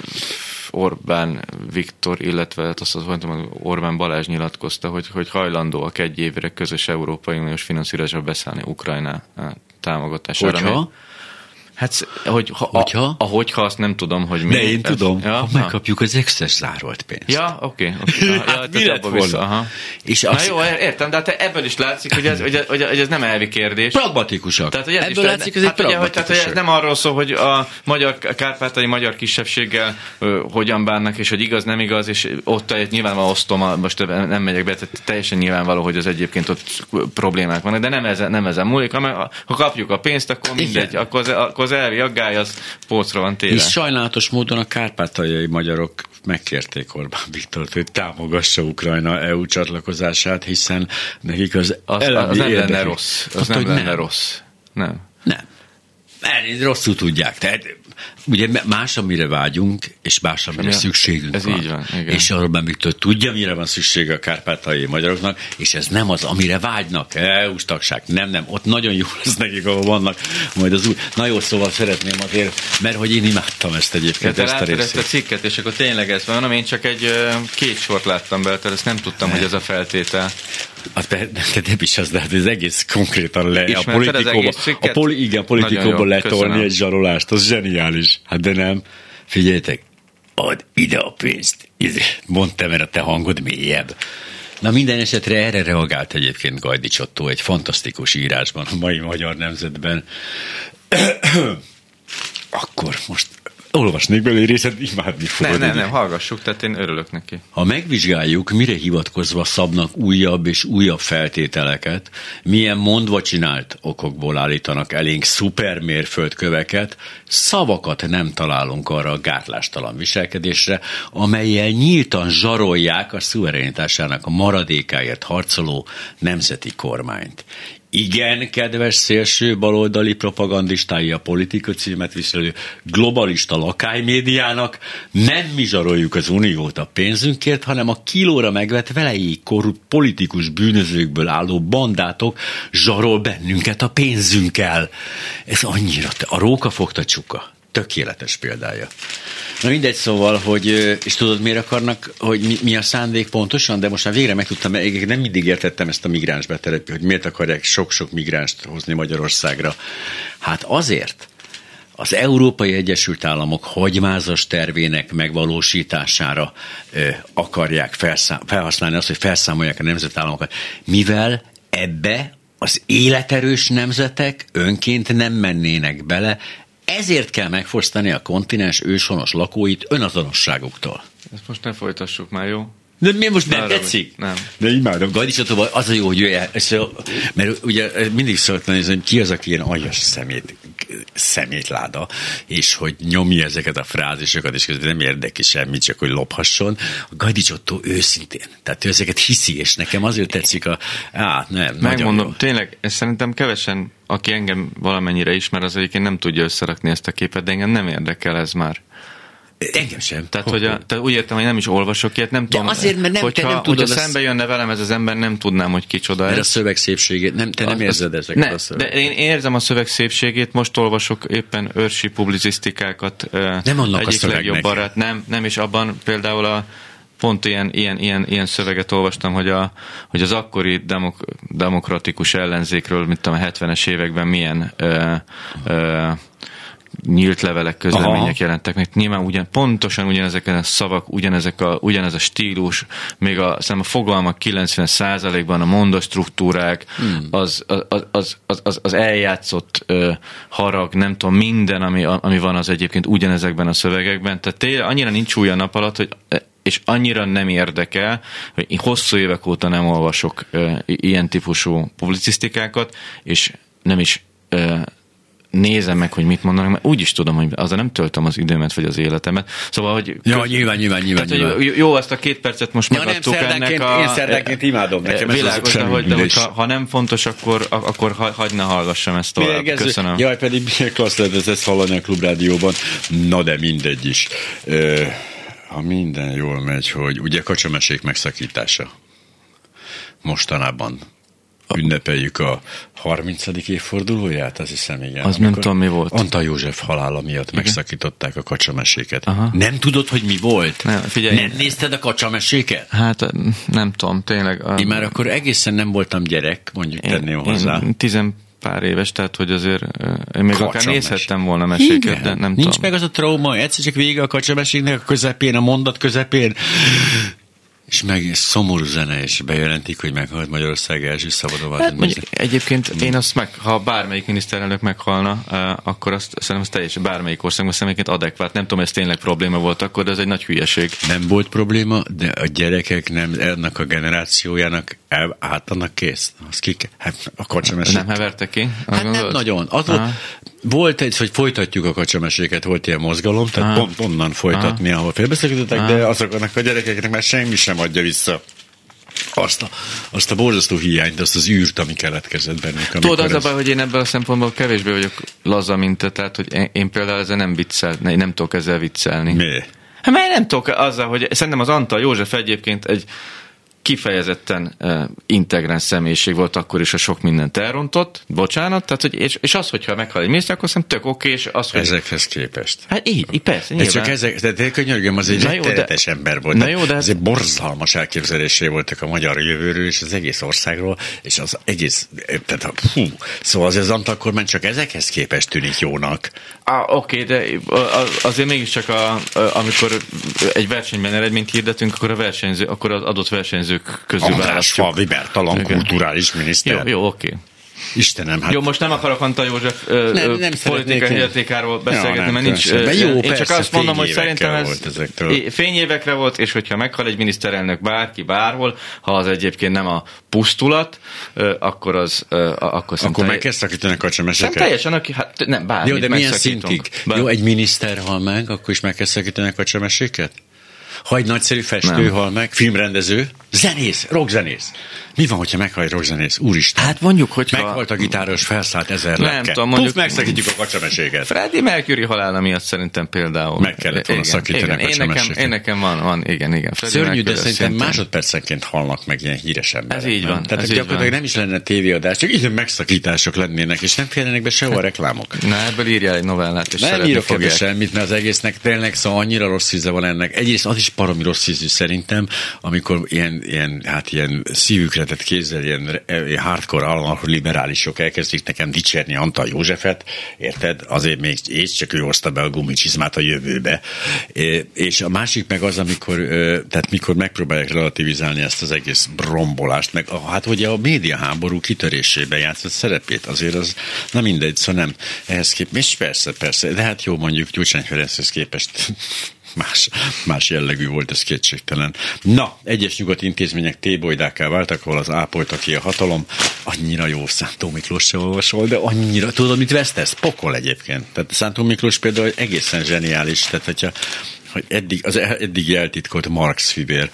Orbán Viktor, illetve hát azt mondtam, Orbán Balázs nyilatkozta, hogy, hogy hajlandóak egy évre közös Európai Uniós finanszírozásra beszállni Ukrajna támogatására. Hogyha? Hát, hogy, ha, hogyha? A, ahogyha azt nem tudom, hogy mi. De én ez, tudom, ja? ha megkapjuk az extra zárolt pénzt. Ja, oké. Okay, okay. Hát ja, mi lett volna? És Na azt... jó, értem, de hát ebből is látszik, hogy ez, hogy, ez, hogy ez nem elvi kérdés. Pragmatikusak. Tehát, hogy ez ebből is, látszik, ez hát egy ugye, hogy, tehát, hogy ez nem arról szól, hogy a magyar, kárpátaljai magyar kisebbséggel ö, hogyan bánnak, és hogy igaz, nem igaz, és ott nyilvánvalóan osztom, most nem megyek be, tehát teljesen nyilvánvaló, hogy az egyébként ott problémák vannak, de nem ezen, nem ezen múlik. Ha kapjuk a pénzt, akkor mindegy, akkor az, akkor az elvi aggály az polcra van téve. És sajnálatos módon a kárpátaljai magyarok megkérték Orbán Viktort, hogy támogassa Ukrajna é u csatlakozását, hiszen nekik az, az, az nem lenne rossz. Az hát, nem lenne nem. rossz. Nem. Nem. Elnézést, rosszul tudják. Tehát ugye más, amire vágyunk, és más, amire ja, szükségünk ez van. Így van, igen. És Orbán Viktor tudja, mire van szüksége a kárpátaljai magyaroknak, és ez nem az, amire vágynak. é u-s tagság. Nem, nem. Ott nagyon jó lesz nekik, ahol vannak majd az új. Na jó, szóval szeretném azért, mert hogy én imádtam ezt egyébként. Ja, ezt a részét. Ezt a cikket, és akkor tényleg ez van. Én csak egy két sort láttam belőle, tehát ezt nem tudtam, ne. hogy ez a feltétel. Hát de, de nem is az, de ez egész konkrétan le. A politikóba, a poli, igen, politikóba letolni egy zsarolást, az zseniális. Hát de nem. Figyeljetek, add ide a pénzt. Mondtam, mert a te hangod mélyebb. Na minden esetre erre reagált egyébként Gajdics Ottó egy fantasztikus írásban a mai Magyar Nemzetben. Akkor most olvasnék belőle részet, imádni fogod. Nem, nem, nem, hallgassuk, tehát én örülök neki. Ha megvizsgáljuk, mire hivatkozva szabnak újabb és újabb feltételeket, milyen mondva csinált okokból állítanak elénk szupermérföldköveket, szavakat nem találunk arra a gátlástalan viselkedésre, amellyel nyíltan zsarolják a szuverenitásának a maradékáért harcoló nemzeti kormányt. Igen, kedves szélső baloldali propagandistái a Politika címet viselő globalista lakánymédiának, nem mi zsaroljuk az uniót a pénzünkért, hanem a kilóra megvett velejéig korrupt politikus bűnözőkből álló bandátok zsarol bennünket a pénzünkkel. Ez annyira, te, a róka fogta csuka. tökéletes példája. Na mindegy, szóval, hogy, és tudod, miért akarnak, hogy mi, mi a szándék pontosan, de most már végre megtudtam, mert nem mindig értettem ezt a migráns betelepítést, hogy miért akarják sok-sok migránst hozni Magyarországra. Hát azért, az Európai Egyesült Államok hagymázas tervének megvalósítására ö, akarják felszám, felhasználni azt, hogy felszámolják a nemzetállamokat, mivel ebbe az életerős nemzetek önként nem mennének bele, ezért kell megfosztani a kontinens őshonos lakóit önazonosságuktól. Ezt most ne folytassuk már, jó? De miért most nem tetszik? Nem. De imádom. Gajdicsottóban az a jó, hogy ő el, mert ugye mindig szoktam nézni, hogy ki az, aki ilyen aljas szemét, szemétláda, és hogy nyomja ezeket a frázisokat, és közben nem érdekli semmit, csak hogy lophasson. A Gajdicsottó őszintén. Tehát ő ezeket hiszi, és nekem azért tetszik a... Á, nem, megmondom, tényleg, ezt szerintem kevesen, aki engem valamennyire ismer, az egyébként nem tudja összerakni ezt a képet, de engem nem érdekel ez már. Engem sem. Tehát, hogy a, tehát úgy értem, hogy nem is olvasok ilyet, nem de tudom. Azért, mert nem, hogyha, te nem tudod. Hogyha szembe jönne velem ez az ember, nem tudnám, hogy kicsoda mert ez. a szöveg szépségét, nem, te nem az, érzed ezeket ne, a szöveg. De én érzem a szöveg szépségét, most olvasok éppen őrsi publicisztikákat. Nem annak egyik a legjobb barát. Nem, nem, és abban például a pont ilyen, ilyen, ilyen, ilyen szöveget olvastam, hogy, a, hogy az akkori demok, demokratikus ellenzékről, mint a hetvenes években milyen ö, ö, nyílt levelek, közlemények Aha. jelentek meg. Nyilván ugyan, pontosan ugyanezek a szavak, ugyanezek a, ugyanez a stílus, még a, a fogalmak kilencven százalékban a mondastruktúrák, hmm. az, az, az, az, az, az eljátszott uh, harag, nem tudom, minden, ami, ami van, az egyébként ugyanezekben a szövegekben. Tehát tényleg annyira nincs új a nap alatt, hogy és annyira nem érdekel, hogy én hosszú évek óta nem olvasok uh, ilyen típusú publicisztikákat, és nem is uh, nézem meg, hogy mit mondanak, mert úgy is tudom, hogy azzal nem töltöm az időmet, vagy az életemet. Szóval, hogy... Ja, köz... nyilván, nyilván, nyilván. Tehát, nyilván. Hogy jó, azt a két percet most ja, megadtuk ennek a... Én szerdánként imádom nekem. Világos, de, hogy, de hogy ha, ha nem fontos, akkor, akkor hagyd ne hallgassam ezt tovább. Mérgező. Köszönöm. Jaj, pedig milyen klassz lehet ezt hallani a Klubrádióban. Na de mindegy is. Uh, ha minden jól megy, hogy ugye kacsamesék megszakítása mostanában ünnepeljük a harmincadik évfordulóját, azt hiszem, igen. Az nem tudom, mi volt. Antal József halála miatt igen? megszakították a kacsameséket. Aha. Nem tudod, hogy mi volt? Nem, figyelj. Nem nézted a kacsameséket? Hát nem tudom, tényleg. Én már akkor egészen nem voltam gyerek, mondjuk én, tenném hozzá. Én tizen pár éves, tehát hogy azért én még akár nézhettem volna meséket, igen. de nem Nincs tudom. Nincs meg az a trauma, egyszer csak vége a kacsameséknek a közepén, a mondat közepén, és meg szomorú zene, és bejelentik, hogy meghalt Magyarország első szabadon. Hát, egyébként én azt meg, ha bármelyik miniszterelnök meghalna, akkor azt szerintem az teljesen bármelyik országban személyként adekvát. Nem tudom, ez tényleg probléma volt akkor, de ez egy nagy hülyeség. Nem volt probléma, de a gyerekek nem, ennek a generációjának el, át annak kész. Az kik? Hát a kacsamesét. Nem heverte ki? Hát nem volt? Nagyon. Az volt, volt egy, hogy folytatjuk a kacsameséket, volt ilyen mozgalom, tehát Aha. pont onnan folytatni, Aha. ahol félbeszakították, de azoknak a gyerekeknek már semmi sem adja vissza azt a, azt a borzasztó hiányt, azt az űrt, ami keletkezett bennük. Tudod, az ez... a baj, hogy én ebből a szempontból kevésbé vagyok laza, mint te, tehát hogy én, én például ezzel nem viccel, nem, nem tudok ezzel viccelni. Mi? Hát mert nem tudok azzal, hogy szerintem az Antal József egyébként egy kifejezetten uh, integráns személyiség volt akkor is, a sok mindent elrontott, bocsánat, tehát, hogy, és, és az, hogyha meghal egy miniszter, akkor szerintem tök oké, és az, hogy... Ezekhez képest. Hát így, így persze, nyilván. Ez csak ezek, de, de könyörgöm, az egy rettenetes ember volt. Na jó, de... Ez egy borzalmas elképzelésé voltak a magyar jövőről, és az egész országról, és az egész, tehát hú, szóval az, az Antal kormány csak ezekhez képest tűnik jónak. Ah, oké, de azért mégiscsak a, a, amikor egy versenyben eredményt hirdetünk, akkor a versenyző, akkor az adott versenyzők közül András Falvi Bertalan, kulturális miniszter. Jó, jó, oké. Istenem, hát... Jó, most nem akarok Antal József nem, nem politikai értékáról beszélgetni, ja, mert nincs... Jó, én persze, csak azt mondom, hogy szerintem ez volt fényévekre volt, és hogyha meghal egy miniszterelnök bárki, bárhol, ha az egyébként nem a pusztulat, akkor az... Akkor, akkor meg kell szakítani a kacsameseket? Nem teljesen, aki, hát nem, bármit jó, de milyen szintig? Bár... Jó, egy miniszter hal meg, akkor is meg kell szakítani a kacsameséket? Ha egy nagyszerű festő nem. hal meg, filmrendező, Zenész, rockzenész. Mi van, hogyha meghal egy rockzenész? Úristen. Hát mondjuk, hogyha... Meghalt a gitáros, felszállt ezer Nem lepke. tudom, mondjuk... Puff, megszakítjuk a kacsameséget. Freddie Mercury halála miatt szerintem például. Meg kellett volna igen, szakítani igen, a én nekem, kacsameséget. én nekem van, van, igen, igen. Freddie Szörnyű, de Mercury szerintem szintén. másodpercenként halnak meg ilyen híres emberek. Ez így van. Tehát ez gyakorlatilag így van. nem is lenne tévéadás, csak ilyen megszakítások lennének, és nem férjenek be sehol a reklámok. Na, ebből írjál egy novellát, és Nem szeretni írok ebbe fogják. semmit, mert az egésznek tényleg szóval annyira rossz íze van ennek. Egyrészt az is baromi rossz ízű szerintem, amikor ilyen, ilyen, hát ilyen szívükre tett kézzel, ilyen, ilyen hardcore liberálisok elkezdik nekem dicsérni Antal Józsefet, érted? Azért még és csak ő hozta be a gumicsizmát a jövőbe. És a másik meg az, amikor, tehát mikor megpróbálják relativizálni ezt az egész brombolást, meg hát ugye a médiaháború kitörésében játszott szerepét, azért az na mindegy, szóval nem ehhez képest, és persze, persze, de hát jó, mondjuk Gyurcsány Ferenchez képest más, más jellegű volt, ez kétségtelen. Na, egyes nyugati intézmények tébolydákká váltak, ahol az ápolta ki a hatalom. Annyira jó, Szántó Miklós se olvasol, de annyira, tudod, mit vesztesz? Pokol egyébként. Tehát Szántó Miklós például egészen zseniális, tehát hogyha hogy eddig, az eddig eltitkolt Marx fivér.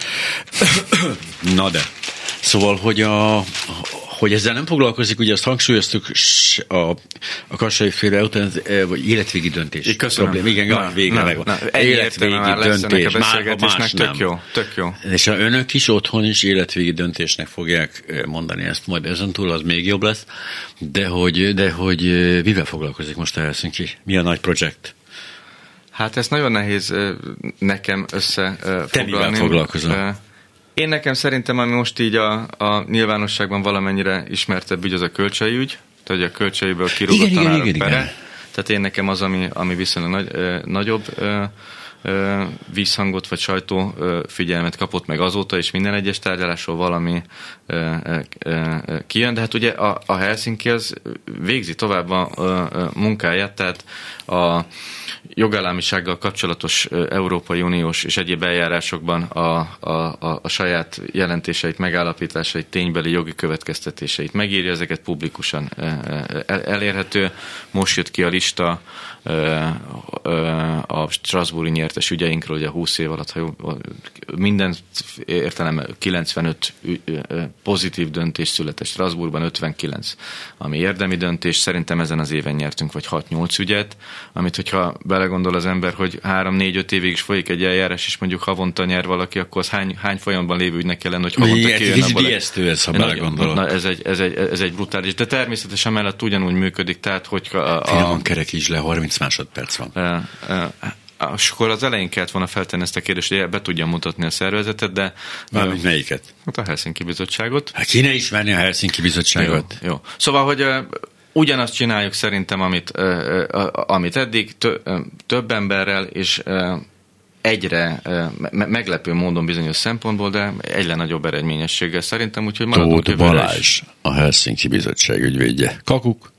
Na de, szóval, hogy a hogy ezzel nem foglalkozik, ugye azt hangsúlyoztuk a, a Kassai féle után, vagy életvégi döntés. Köszönöm. Igen, na, végre megvan. Életvégi döntés, már más tök nem. Jó, tök jó. És ha önök is otthon is életvégi döntésnek fogják mondani ezt, majd ezen túl az még jobb lesz, de hogy, de hogy mivel foglalkozik most a Helsinki? Mi a nagy projekt? Hát ez nagyon nehéz nekem összefoglalni. Te mivel foglalkozol? Én nekem szerintem, ami most így a, a nyilvánosságban valamennyire ismertebb ügy, az a Kölcsei ügy, tehát a Kölcseiből kirúgott tanárok pere. Tehát én nekem az, ami, ami viszonylag nagy, ö, nagyobb ö, ö, vízhangot vagy sajtó ö, figyelmet kapott meg azóta, és minden egyes tárgyalásról valami ö, ö, ö, kijön. De hát ugye a, a Helsinki az végzi tovább a ö, ö, munkáját, tehát a jogállamisággal kapcsolatos Európai Uniós és egyéb eljárásokban a, a, a, a saját jelentéseit, megállapításait, ténybeli jogi következtetéseit megírja, ezeket publikusan elérhető. Most jött ki a lista a Strasbourgi nyertes ügyeinkről, ugye húsz év alatt, ha jó, minden értelemben kilencvenöt pozitív döntés született Strasbourgban, ötvenkilenc, ami érdemi döntés. Szerintem ezen az éven nyertünk vagy hat-nyolc ügyet, amit hogyha belegondol az ember, hogy három-négy-öt évig is folyik egy eljárás, és mondjuk havonta nyer valaki, akkor az hány, hány folyamban lévő ügynek kellene, hogy havonta kijön abból. Ez ijesztő ez, ha belegondolod. Na, ez, egy, ez, egy, ez egy brutális, de természetesen mellett ugyanúgy működik, tehát hogy a... a Finoman kerekíts le, harminc másodperc van. A, a, és akkor az elején kellett volna feltenni ezt a kérdést, hogy be tudja mutatni a szervezetet, de... Mármint melyiket? Hát a Helsinki Bizottságot. Hát ki ne ismerni a Helsinki Bizottságot? Jó, jó. Szóval, hogy uh, ugyanazt csináljuk szerintem, amit, uh, uh, amit eddig, tö, uh, több emberrel, és uh, egyre uh, me- meglepő módon bizonyos szempontból, de egyre nagyobb eredményességgel szerintem, úgyhogy maradunk Tóth Balázs, a Helsinki Bizottság ügyvédje. Kakuk!